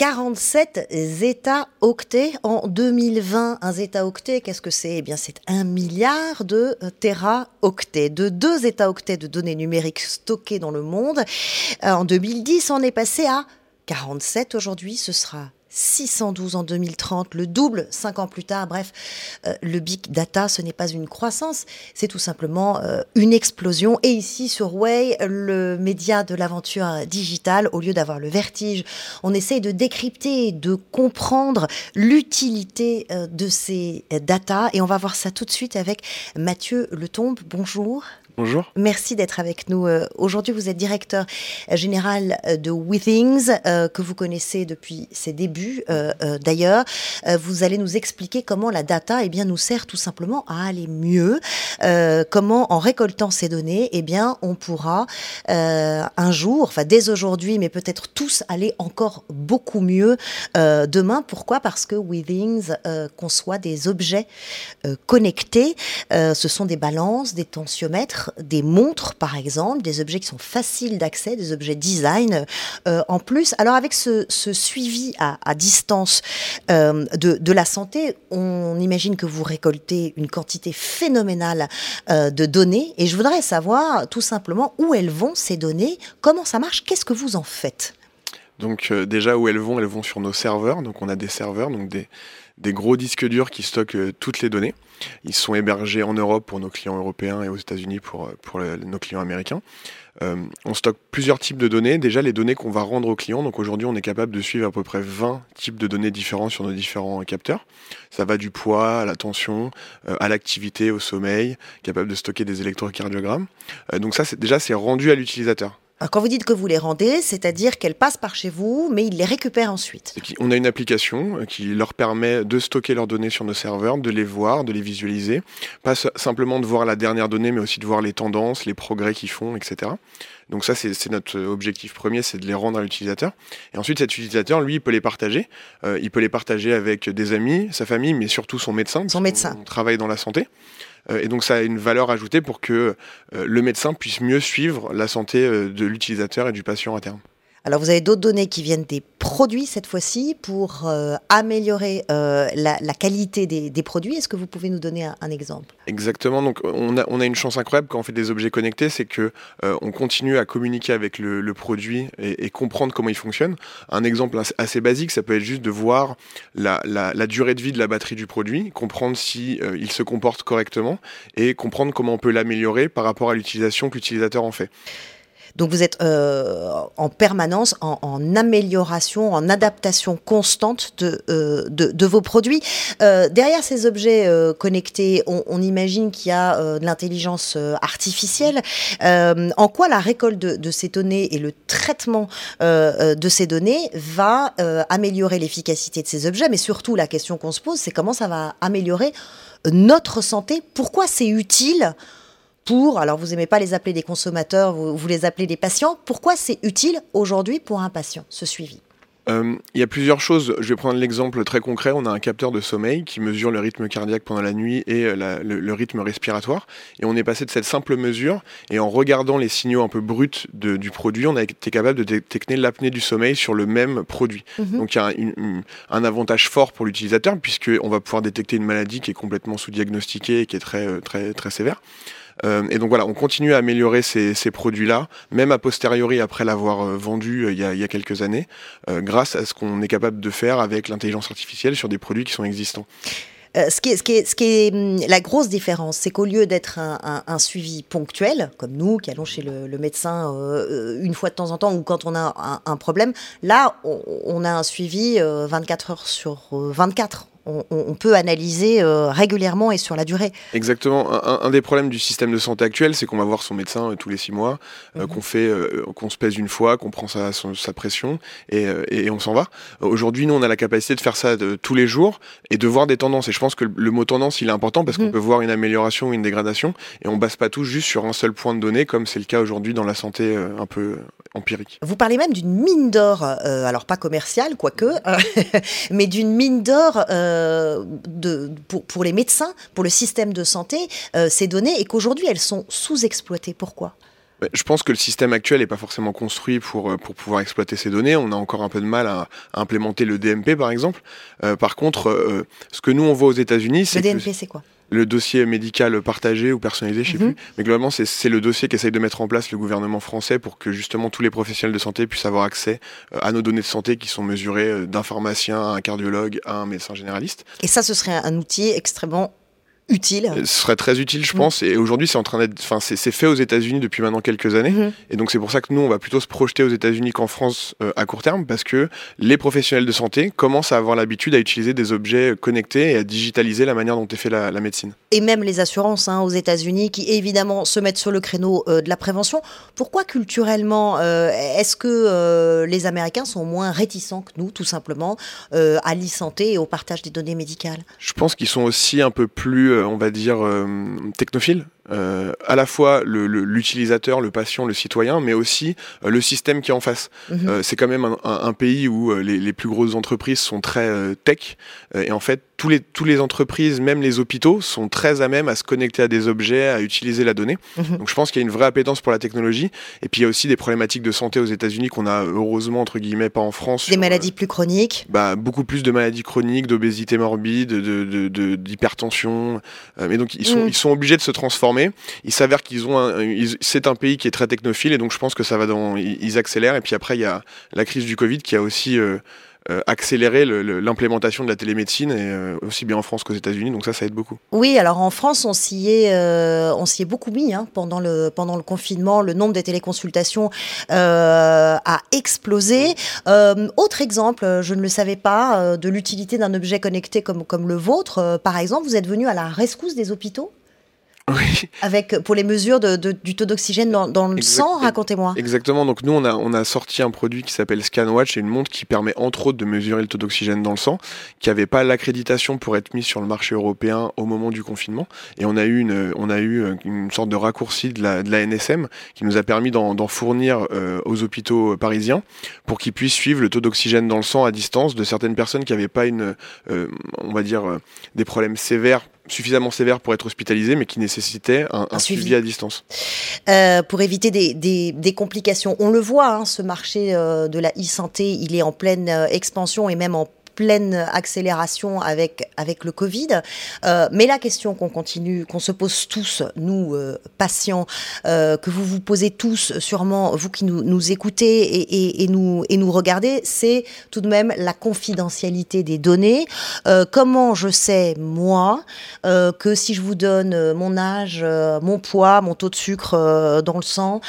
47 zeta-octets en 2020. Un zeta-octet, qu'est-ce que c'est ? Eh bien, c'est 1 milliard de téraoctets, de 2 zeta-octets de données numériques stockées dans le monde. En 2010, on est passé à 47 aujourd'hui, ce sera 612 en 2030, le double 5 ans plus tard. Bref, le big data, ce n'est pas une croissance, c'est tout simplement une explosion. Et ici, sur Way, le média de l'aventure digitale, au lieu d'avoir le vertige, on essaye de décrypter, de comprendre l'utilité de ces data. Et on va voir ça tout de suite avec Mathieu Letombe. Bonjour. Bonjour. Merci d'être avec nous. Aujourd'hui, vous êtes directeur général de WeThings, que vous connaissez depuis ses débuts d'ailleurs. Vous allez nous expliquer comment la data nous sert tout simplement à aller mieux. Comment, en récoltant ces données, on pourra un jour, enfin dès aujourd'hui, mais peut-être tous, aller encore beaucoup mieux demain. Pourquoi ? Parce que WeThings conçoit des objets connectés. Ce sont des balances, des tensiomètres, des montres par exemple, des objets qui sont faciles d'accès, des objets design en plus. Alors avec ce suivi à distance de la santé, on imagine que vous récoltez une quantité phénoménale de données et je voudrais savoir tout simplement où elles vont ces données, comment ça marche, qu'est-ce que vous en faites ? Donc déjà où elles vont sur nos serveurs. Donc on a des serveurs, donc des gros disques durs qui stockent toutes les données. Ils sont hébergés en Europe pour nos clients européens et aux États-Unis pour nos clients américains. On stocke plusieurs types de données. Déjà, les données qu'on va rendre aux clients. Donc aujourd'hui, on est capable de suivre à peu près 20 types de données différents sur nos différents capteurs. Ça va du poids à la tension, à l'activité, au sommeil, capable de stocker des électrocardiogrammes. Donc ça, c'est rendu à l'utilisateur. Alors, quand vous dites que vous les rendez, c'est-à-dire qu'elles passent par chez vous, mais ils les récupèrent ensuite. On a une application qui leur permet de stocker leurs données sur nos serveurs, de les voir, de les visualiser. Pas simplement de voir la dernière donnée, mais aussi de voir les tendances, les progrès qu'ils font, etc. Donc ça, c'est notre objectif premier, c'est de les rendre à l'utilisateur. Et ensuite, cet utilisateur, lui, il peut les partager. Il peut les partager avec des amis, sa famille, mais surtout son médecin. Son médecin. On travaille dans la santé. Et donc ça a une valeur ajoutée pour que le médecin puisse mieux suivre la santé de l'utilisateur et du patient à terme. Alors vous avez d'autres données qui viennent des produits cette fois-ci pour améliorer la qualité des produits. Est-ce que vous pouvez nous donner un exemple ? Exactement. Donc on a une chance incroyable quand on fait des objets connectés, c'est que on continue à communiquer avec le produit et comprendre comment il fonctionne. Un exemple assez basique, ça peut être juste de voir la durée de vie de la batterie du produit, comprendre si il se comporte correctement et comprendre comment on peut l'améliorer par rapport à l'utilisation que l'utilisateur en fait. Donc vous êtes en permanence en amélioration, en adaptation constante de vos produits. Derrière ces objets connectés, on imagine qu'il y a de l'intelligence artificielle. En quoi la récolte de ces données et le traitement de ces données va améliorer l'efficacité de ces objets, mais surtout la question qu'on se pose, c'est comment ça va améliorer notre santé ? Pourquoi c'est utile ? Alors vous n'aimez pas les appeler des consommateurs, vous les appelez des patients. Pourquoi c'est utile aujourd'hui pour un patient, ce suivi ? Il y a plusieurs choses. Je vais prendre l'exemple très concret. On a un capteur de sommeil qui mesure le rythme cardiaque pendant la nuit et le rythme respiratoire. Et on est passé de cette simple mesure. Et en regardant les signaux un peu bruts du produit, on a été capable de détecter l'apnée du sommeil sur le même produit. Donc il y a un avantage fort pour l'utilisateur puisqu'on va pouvoir détecter une maladie qui est complètement sous-diagnostiquée et qui est très, très, très sévère. Et donc voilà, on continue à améliorer ces produits-là, même a posteriori après l'avoir vendu il y a quelques années, grâce à ce qu'on est capable de faire avec l'intelligence artificielle sur des produits qui sont existants. Ce qui est la grosse différence, c'est qu'au lieu d'être un suivi ponctuel, comme nous qui allons chez le médecin une fois de temps en temps ou quand on a un problème, là on a un suivi 24 heures sur 24. On peut analyser régulièrement et sur la durée. Exactement. Un des problèmes du système de santé actuel, c'est qu'on va voir son médecin tous les 6 mois, qu'on se pèse une fois, qu'on prend sa pression et on s'en va. Aujourd'hui, nous, on a la capacité de faire ça tous les jours et de voir des tendances. Et je pense que le mot tendance, il est important parce qu'on peut voir une amélioration ou une dégradation et on base pas tout juste sur un seul point de données, comme c'est le cas aujourd'hui dans la santé un peu empirique. Vous parlez même d'une mine d'or, alors pas commerciale, quoique, mais d'une mine d'or pour les médecins, pour le système de santé, ces données, et qu'aujourd'hui elles sont sous-exploitées. Pourquoi ? Je pense que le système actuel n'est pas forcément construit pour pouvoir exploiter ces données. On a encore un peu de mal à implémenter le DMP, par exemple. Par contre, ce que nous, on voit aux États-Unis, c'est Le DMP, c'est quoi ? le dossier médical partagé ou personnalisé, je ne sais plus. Mais globalement, c'est le dossier qu'essaye de mettre en place le gouvernement français pour que justement tous les professionnels de santé puissent avoir accès à nos données de santé qui sont mesurées d'un pharmacien à un cardiologue à un médecin généraliste. Et ça, ce serait un outil extrêmement utile. Ce serait très utile, je pense. Et aujourd'hui, c'est en train d'être, c'est fait aux États-Unis depuis maintenant quelques années. Et donc, c'est pour ça que nous, on va plutôt se projeter aux États-Unis qu'en France à court terme, parce que les professionnels de santé commencent à avoir l'habitude à utiliser des objets connectés et à digitaliser la manière dont est fait la médecine. Et même les assurances aux États-Unis, qui évidemment se mettent sur le créneau de la prévention. Pourquoi culturellement, est-ce que les Américains sont moins réticents que nous, tout simplement, à l'e-santé et au partage des données médicales ? Je pense qu'ils sont aussi un peu plus, on va dire, technophiles. À la fois l'utilisateur, le patient, le citoyen, mais aussi le système qui est en face. C'est quand même un pays où les plus grosses entreprises sont très tech, et en fait, tous les entreprises, même les hôpitaux, sont très à même à se connecter à des objets, à utiliser la donnée. Donc je pense qu'il y a une vraie appétence pour la technologie. Et puis il y a aussi des problématiques de santé aux États-Unis qu'on a heureusement, entre guillemets, pas en France. Des maladies plus chroniques. Beaucoup plus de maladies chroniques, d'obésité morbide, d'hypertension. Mais donc ils sont obligés de se transformer. Il s'avère c'est un pays qui est très technophile, et donc je pense que ça va ils accélèrent. Et puis après, il y a la crise du Covid qui a aussi accélérer l'implémentation de la télémédecine, et aussi bien en France qu'aux États-Unis, donc ça aide beaucoup. Oui, alors en France, on s'y est beaucoup mis pendant le confinement. Le nombre de téléconsultations a explosé. Autre exemple, je ne le savais pas, de l'utilité d'un objet connecté comme le vôtre. Par exemple, vous êtes venu à la rescousse des hôpitaux ? Oui. Pour les mesures du taux d'oxygène dans le sang, racontez-moi. Exactement, donc nous on a sorti un produit qui s'appelle ScanWatch, c'est une montre qui permet entre autres de mesurer le taux d'oxygène dans le sang, qui n'avait pas l'accréditation pour être mise sur le marché européen au moment du confinement, et on a eu une sorte de raccourci de la NSM qui nous a permis d'en fournir aux hôpitaux parisiens pour qu'ils puissent suivre le taux d'oxygène dans le sang à distance de certaines personnes qui n'avaient pas on va dire des problèmes suffisamment sévères pour être hospitalisés, mais qui nécessitaient un suivi à distance. Pour éviter des complications. On le voit, ce marché de la e-santé, il est en pleine expansion et même en pleine accélération avec le Covid. Mais la question qu'on se pose tous, nous, patients, que vous vous posez tous, sûrement, vous qui nous écoutez et nous regardez, c'est tout de même la confidentialité des données. Comment je sais, moi, que si je vous donne mon âge, mon poids, mon taux de sucre dans le sang,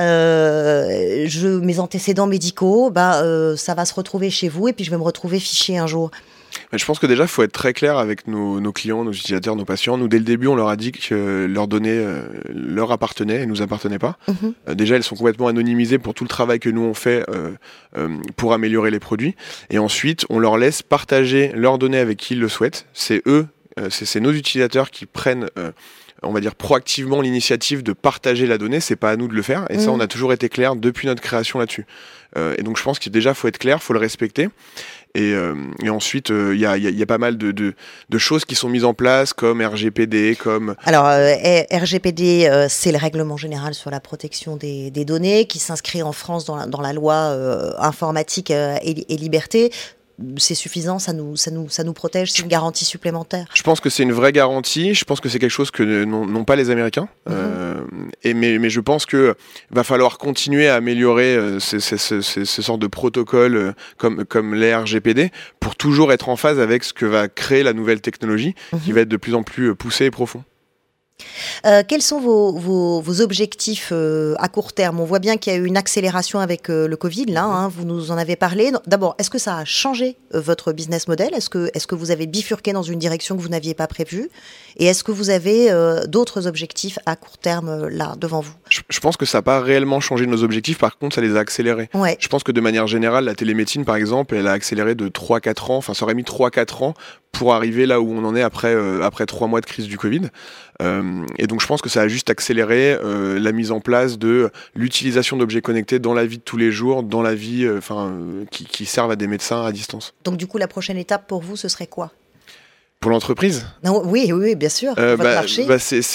mes antécédents médicaux, ça va se retrouver chez vous et puis je vais me retrouver fiché un jour. Je pense que déjà, il faut être très clair avec nos clients, nos utilisateurs, nos patients. Nous, dès le début, on leur a dit que leurs données leur appartenaient et nous appartenaient pas. Déjà, elles sont complètement anonymisées pour tout le travail que nous, on fait pour améliorer les produits. Et ensuite, on leur laisse partager leurs données avec qui ils le souhaitent. C'est nos utilisateurs qui prennent... on va dire proactivement l'initiative de partager la donnée, c'est pas à nous de le faire, et ça on a toujours été clair depuis notre création là-dessus. Et donc je pense qu'il déjà faut être clair, faut le respecter. Et ensuite, il y a pas mal de choses qui sont mises en place, comme RGPD, Alors, RGPD, c'est le règlement général sur la protection des données, qui s'inscrit en France dans la loi informatique et liberté. C'est suffisant, ça nous protège, c'est une garantie supplémentaire. Je pense que c'est une vraie garantie, je pense que c'est quelque chose que n'ont pas les Américains, mais je pense que va falloir continuer à améliorer ces sortes de protocoles comme les RGPD pour toujours être en phase avec ce que va créer la nouvelle technologie qui va être de plus en plus poussée et profond. Quels sont vos objectifs à court terme ? On voit bien qu'il y a eu une accélération avec le Covid, là, vous nous en avez parlé. D'abord, est-ce que ça a changé votre business model ? Est-ce que vous avez bifurqué dans une direction que vous n'aviez pas prévue ? Et est-ce que vous avez d'autres objectifs à court terme, là, devant vous ? Je pense que ça n'a pas réellement changé nos objectifs, par contre, ça les a accélérés. Ouais. Je pense que de manière générale, la télémédecine, par exemple, elle a accéléré de 3-4 ans, enfin, ça aurait mis 3-4 ans pour arriver là où on en est après 3 mois de crise du Covid. Et donc je pense que ça a juste accéléré la mise en place de l'utilisation d'objets connectés dans la vie de tous les jours, dans la vie qui servent à des médecins à distance. Donc du coup, la prochaine étape pour vous, ce serait quoi ? Pour l'entreprise? Non, oui, bien sûr. Votre marché.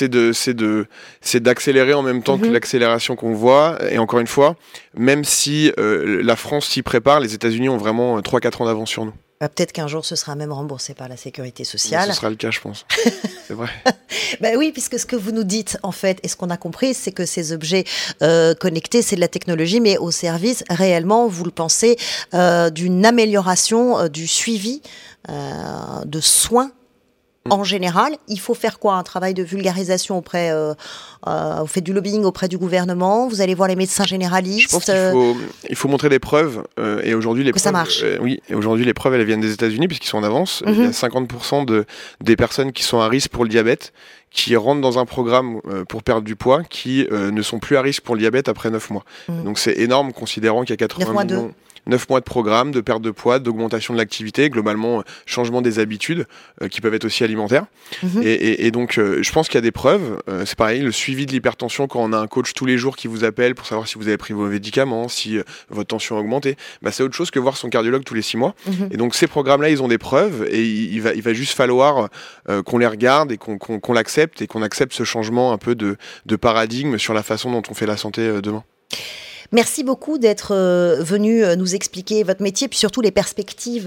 C'est d'accélérer en même temps que l'accélération qu'on voit. Et encore une fois, même si la France s'y prépare, les États-Unis ont vraiment 3-4 ans d'avance sur nous. Peut-être qu'un jour, ce sera même remboursé par la sécurité sociale. Ce sera le cas, je pense. C'est vrai. Oui, puisque ce que vous nous dites, en fait, et ce qu'on a compris, c'est que ces objets connectés, c'est de la technologie, mais au service, réellement, vous le pensez, d'une amélioration du suivi de soins. En général, il faut faire quoi? Un travail de vulgarisation auprès... vous faites du lobbying auprès du gouvernement, vous allez voir les médecins généralistes. Je pense qu'il faut montrer des preuves. Et aujourd'hui, les preuves, ça marche. Oui, et aujourd'hui, les preuves, elles viennent des États-Unis puisqu'ils sont en avance. Il y a 50% des personnes qui sont à risque pour le diabète, qui rentrent dans un programme pour perdre du poids, qui ne sont plus à risque pour le diabète après 9 mois. Donc c'est énorme, considérant qu'il y a 80 millions... 9 mois de programme, de perte de poids, d'augmentation de l'activité, globalement changement des habitudes qui peuvent être aussi alimentaires. Et donc je pense qu'il y a des preuves. C'est pareil, le suivi de l'hypertension, quand on a un coach tous les jours qui vous appelle pour savoir si vous avez pris vos médicaments, si votre tension a augmenté, c'est autre chose que voir son cardiologue tous les 6 mois. Et donc ces programmes-là, ils ont des preuves et il va juste falloir qu'on les regarde et qu'on l'accepte et qu'on accepte ce changement un peu de paradigme sur la façon dont on fait la santé demain. Merci beaucoup d'être venu nous expliquer votre métier, puis surtout les perspectives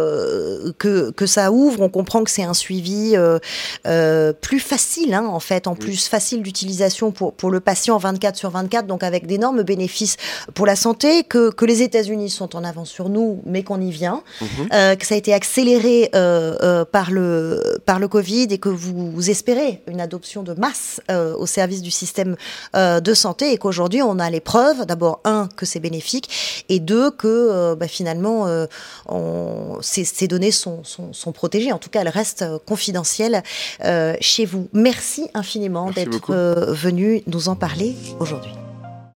que ça ouvre. On comprend que c'est un suivi plus facile, en fait, en plus facile d'utilisation pour le patient 24/24, donc avec d'énormes bénéfices pour la santé, que les États-Unis sont en avance sur nous, mais qu'on y vient, que ça a été accéléré par le Covid et que vous espérez une adoption de masse au service du système de santé et qu'aujourd'hui on a les preuves, d'abord que c'est bénéfique et deux, que finalement ces données sont protégées. En tout cas, elles restent confidentielles chez vous. Merci infiniment d'être venu nous en parler aujourd'hui.